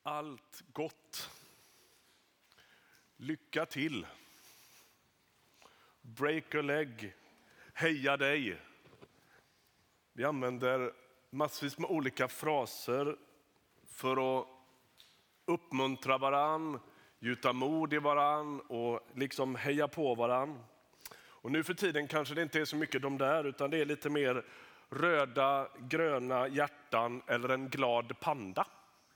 allt gott. Lycka till. Break a leg. Heja dig. Vi använder massvis med olika fraser för att uppmuntra varann, gjuta mod i varann och liksom heja på varann. Och nu för tiden kanske det inte är så mycket de där, utan det är lite mer röda, gröna hjärtan eller en glad panda.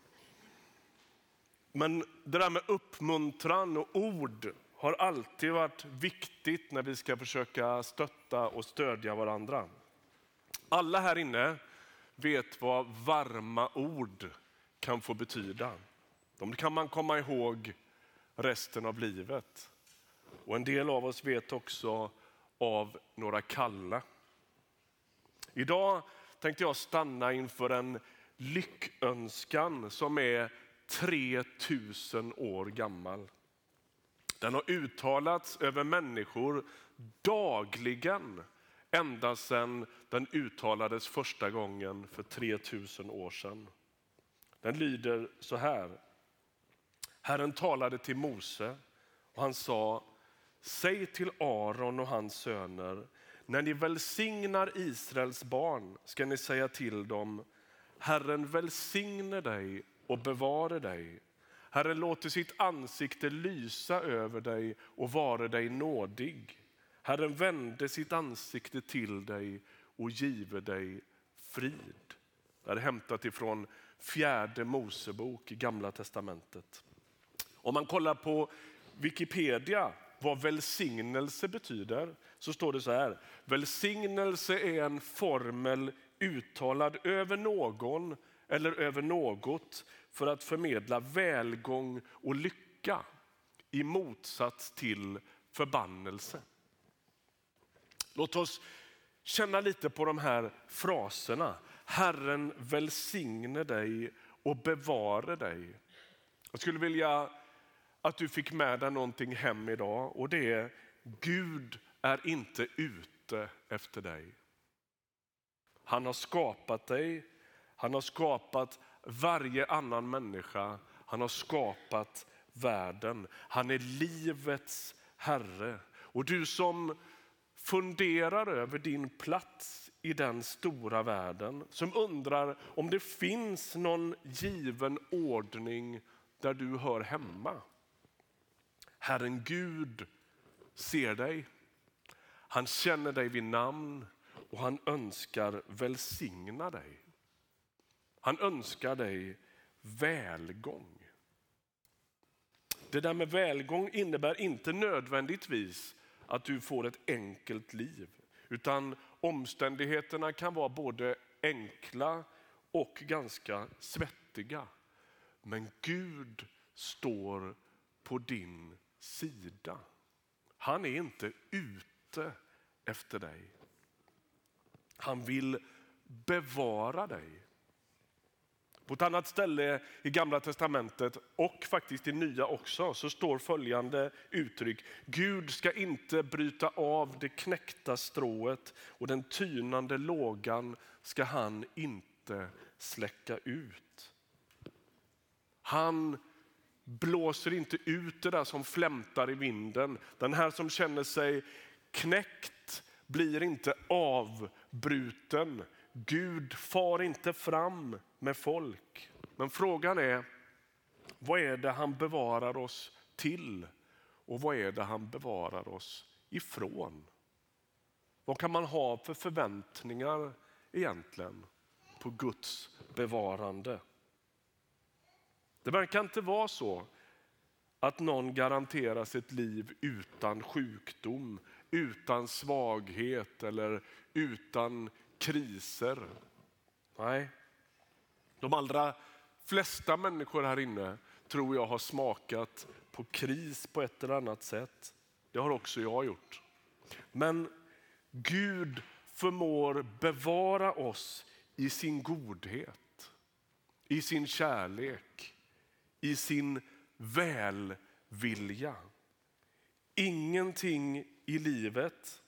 Men det där med uppmuntran och ord har alltid varit viktigt när vi ska försöka stötta och stödja varandra. Alla här inne vet vad varma ord kan få betyda. De kan man komma ihåg resten av livet. Och en del av oss vet också av några kalla. Idag tänkte jag stanna inför en lyckönskan som är 3000 år gammal. Den har uttalats över människor dagligen ända sedan den uttalades första gången för 3000 år sedan. Den lyder så här. Herren talade till Mose och han sa: säg till Aron och hans söner, när ni välsignar Israels barn ska ni säga till dem: Herren välsigne dig och bevare dig. Herren låter sitt ansikte lysa över dig och vara dig nådig. Herren vände sitt ansikte till dig och give dig frid. Det är hämtat ifrån 4:e Mosebok i Gamla testamentet. Om man kollar på Wikipedia vad välsignelse betyder så står det så här. Välsignelse är en formel uttalad över någon eller över något för att förmedla välgång och lycka i motsats till förbannelse. Låt oss känna lite på de här fraserna. Herren välsigne dig och bevare dig. Jag skulle vilja att du fick med dig någonting hem idag, och det är: Gud är inte ute efter dig. Han har skapat dig. Han har skapat varje annan människa. Han har skapat världen. Han är livets herre. Och du som funderar över din plats i den stora världen, som undrar om det finns någon given ordning där du hör hemma. Herren Gud ser dig. Han känner dig vid namn och han önskar välsigna dig. Han önskar dig välgång. Det där med välgång innebär inte nödvändigtvis att du får ett enkelt liv, utan omständigheterna kan vara både enkla och ganska svettiga. Men Gud står på din sida. Han är inte ute efter dig. Han vill bevara dig. På ett annat ställe i Gamla testamentet och faktiskt i Nya också så står följande uttryck: Gud ska inte bryta av det knäckta strået och den tynande lågan ska han inte släcka ut. Han blåser inte ut det där som flämtar i vinden. Den här som känner sig knäckt blir inte avbruten. Gud far inte fram med folk. Men frågan är, vad är det han bevarar oss till? Och vad är det han bevarar oss ifrån? Vad kan man ha för förväntningar egentligen på Guds bevarande? Det verkar inte vara så att någon garanteras ett liv utan sjukdom, utan svaghet eller utan kriser. Nej, de allra flesta människor här inne tror jag har smakat på kris på ett eller annat sätt. Det har också jag gjort. Men Gud förmår bevara oss i sin godhet, i sin kärlek, i sin välvilja. Ingenting i livet,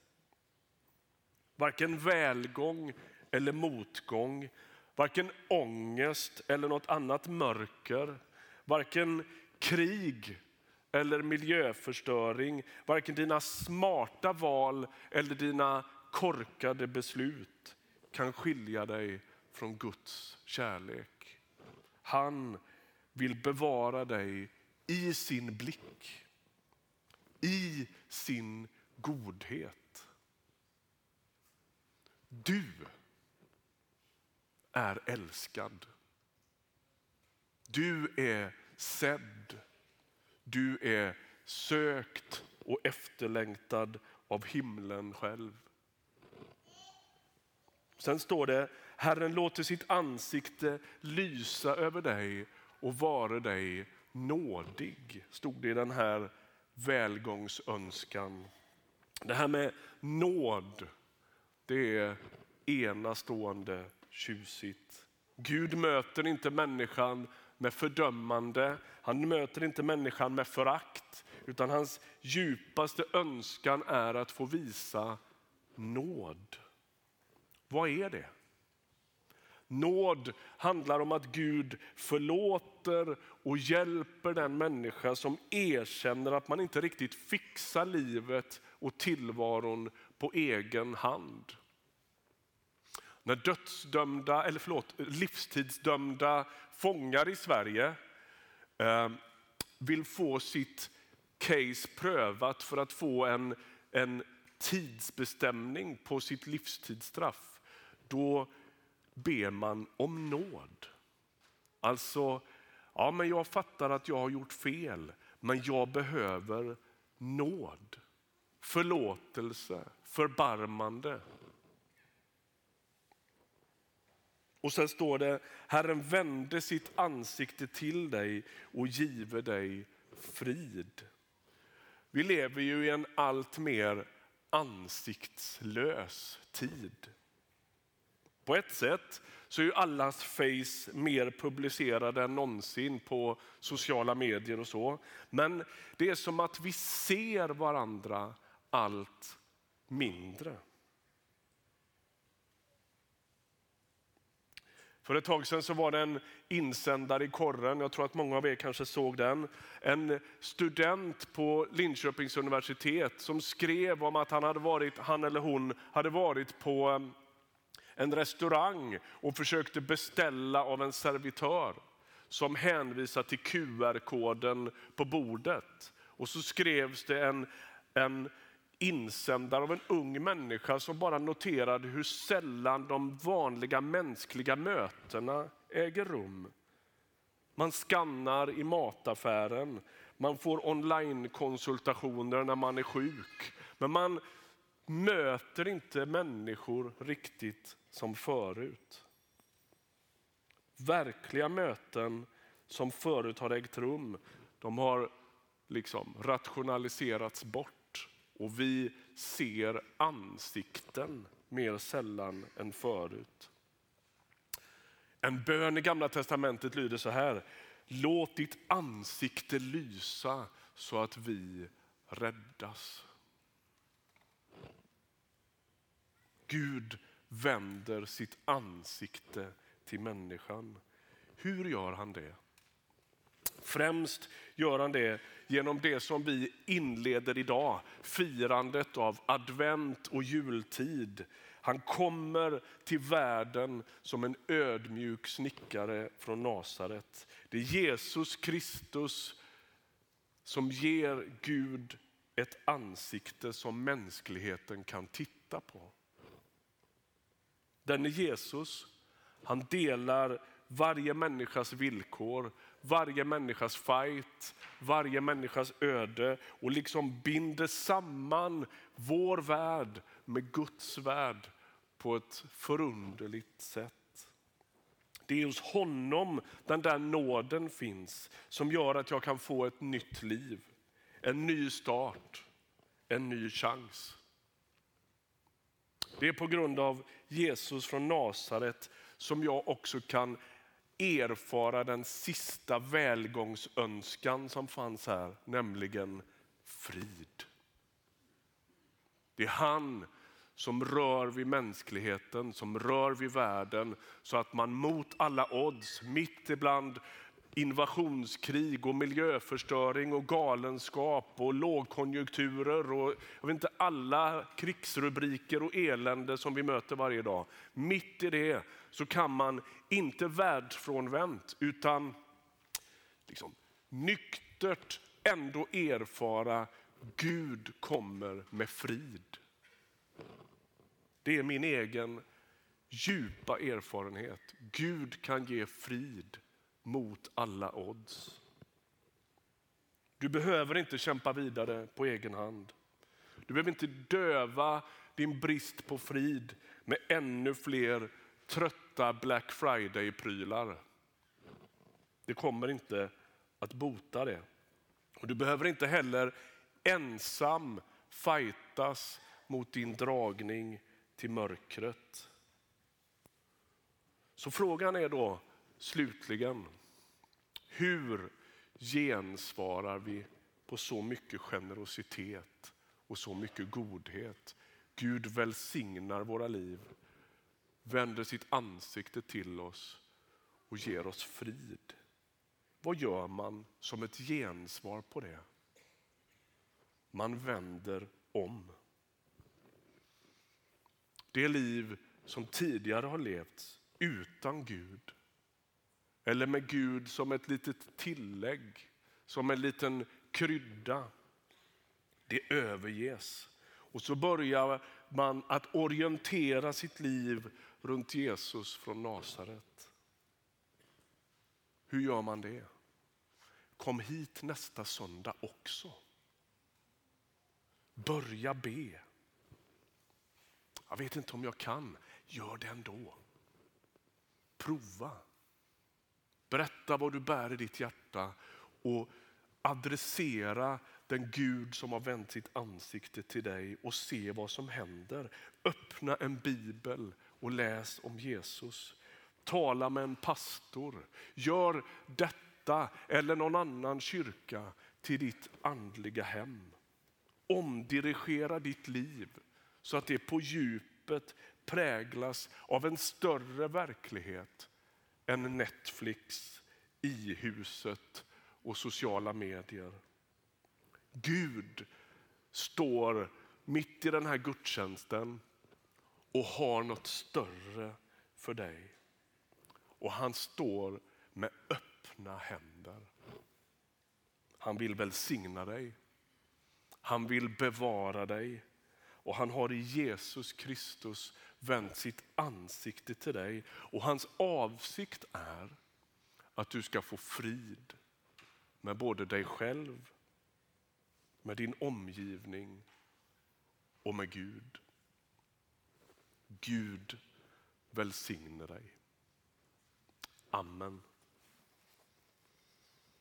varken välgång eller motgång, varken ångest eller något annat mörker, Varken krig eller miljöförstöring, varken dina smarta val eller dina korkade beslut kan skilja dig från Guds kärlek. Han vill bevara dig i sin blick, i sin godhet. Du är älskad. Du är sedd. Du är sökt och efterlängtad av himlen själv. Sen står det, Herren låter sitt ansikte lysa över dig och vara dig nådig. Stod det i den här välgångsönskan. Det här med nåd, det är enastående tjusigt. Gud möter inte människan med fördömande. Han möter inte människan med förakt. Utan hans djupaste önskan är att få visa nåd. Vad är det? Nåd handlar om att Gud förlåter och hjälper den människa som erkänner att man inte riktigt fixar livet och tillvaron på egen hand. När livstidsdömda fångar i Sverige vill få sitt case prövat för att få en tidsbestämning på sitt livstidsstraff, då ber man om nåd. Alltså, ja, men jag fattar att jag har gjort fel, men jag behöver nåd, förlåtelse, förbarmande. Och sen står det, Herren vände sitt ansikte till dig och give dig frid. Vi lever ju i en allt mer ansiktslös tid. På ett sätt så är ju allas face mer publicerade än någonsin på sociala medier och så. Men det är som att vi ser varandra allt mindre. För ett tag sedan så var det en insändare i Korren, jag tror att många av er kanske såg den. En student på Linköpings universitet som skrev om att han eller hon hade varit på en restaurang och försökte beställa av en servitör som hänvisar till QR-koden på bordet. Och så skrevs det en insändare av en ung människa som bara noterade hur sällan de vanliga mänskliga mötena äger rum. Man skannar i mataffären, man får online-konsultationer när man är sjuk. Men man möter inte människor riktigt som förut. Verkliga möten som förut har ägt rum, de har liksom rationaliserats bort. Och vi ser ansikten mer sällan än förut. En bön i Gamla testamentet lyder så här: låt ditt ansikte lysa så att vi räddas. Gud vänder sitt ansikte till människan. Hur gör han det? Främst gör han det genom det som vi inleder idag, firandet av advent och jultid. Han kommer till världen som en ödmjuk snickare från Nasaret. Det är Jesus Kristus som ger Gud ett ansikte som mänskligheten kan titta på. Den är Jesus, han delar varje människas villkor, varje människas fight, varje människas öde och liksom binder samman vår värld med Guds värld på ett förunderligt sätt. Det är hos honom den där nåden finns som gör att jag kan få ett nytt liv, en ny start, en ny chans. Det är på grund av Jesus från Nasaret som jag också kan erfara den sista välgångsönskan som fanns här, nämligen frid. Det är han som rör vid mänskligheten, som rör vid världen så att man mot alla odds, mitt ibland invasionskrig och miljöförstöring och galenskap och lågkonjunkturer och jag vet inte, alla krigsrubriker och elände som vi möter varje dag. Mitt i det så kan man inte världsfrånvänt utan liksom nyktert ändå erfara Gud kommer med frid. Det är min egen djupa erfarenhet. Gud kan ge frid mot alla odds. Du behöver inte kämpa vidare på egen hand. Du behöver inte döva din brist på frid med ännu fler trötta Black Friday-prylar. Det kommer inte att bota det. Och du behöver inte heller ensam fightas mot din dragning till mörkret. Så frågan är då slutligen, hur gensvarar vi på så mycket generositet och så mycket godhet? Gud välsignar våra liv, vänder sitt ansikte till oss och ger oss frid. Vad gör man som ett gensvar på det? Man vänder om. Det liv som tidigare har levts utan Gud eller med Gud som ett litet tillägg, som en liten krydda, det överges. Och så börjar man att orientera sitt liv runt Jesus från Nasaret. Hur gör man det? Kom hit nästa söndag också. Börja be. Jag vet inte om jag kan. Gör det ändå. Prova. Berätta vad du bär i ditt hjärta och adressera den Gud som har vänt sitt ansikte till dig och se vad som händer. Öppna en bibel och läs om Jesus. Tala med en pastor. Gör detta eller någon annan kyrka till ditt andliga hem. Omdirigera ditt liv så att det på djupet präglas av en större verklighet än Netflix, i-huset och sociala medier. Gud står mitt i den här gudstjänsten och har något större för dig. Och han står med öppna händer. Han vill välsigna dig. Han vill bevara dig. Och han har i Jesus Kristus vänt sitt ansikte till dig. Och hans avsikt är att du ska få frid med både dig själv, med din omgivning och med Gud. Gud välsigne dig. Amen.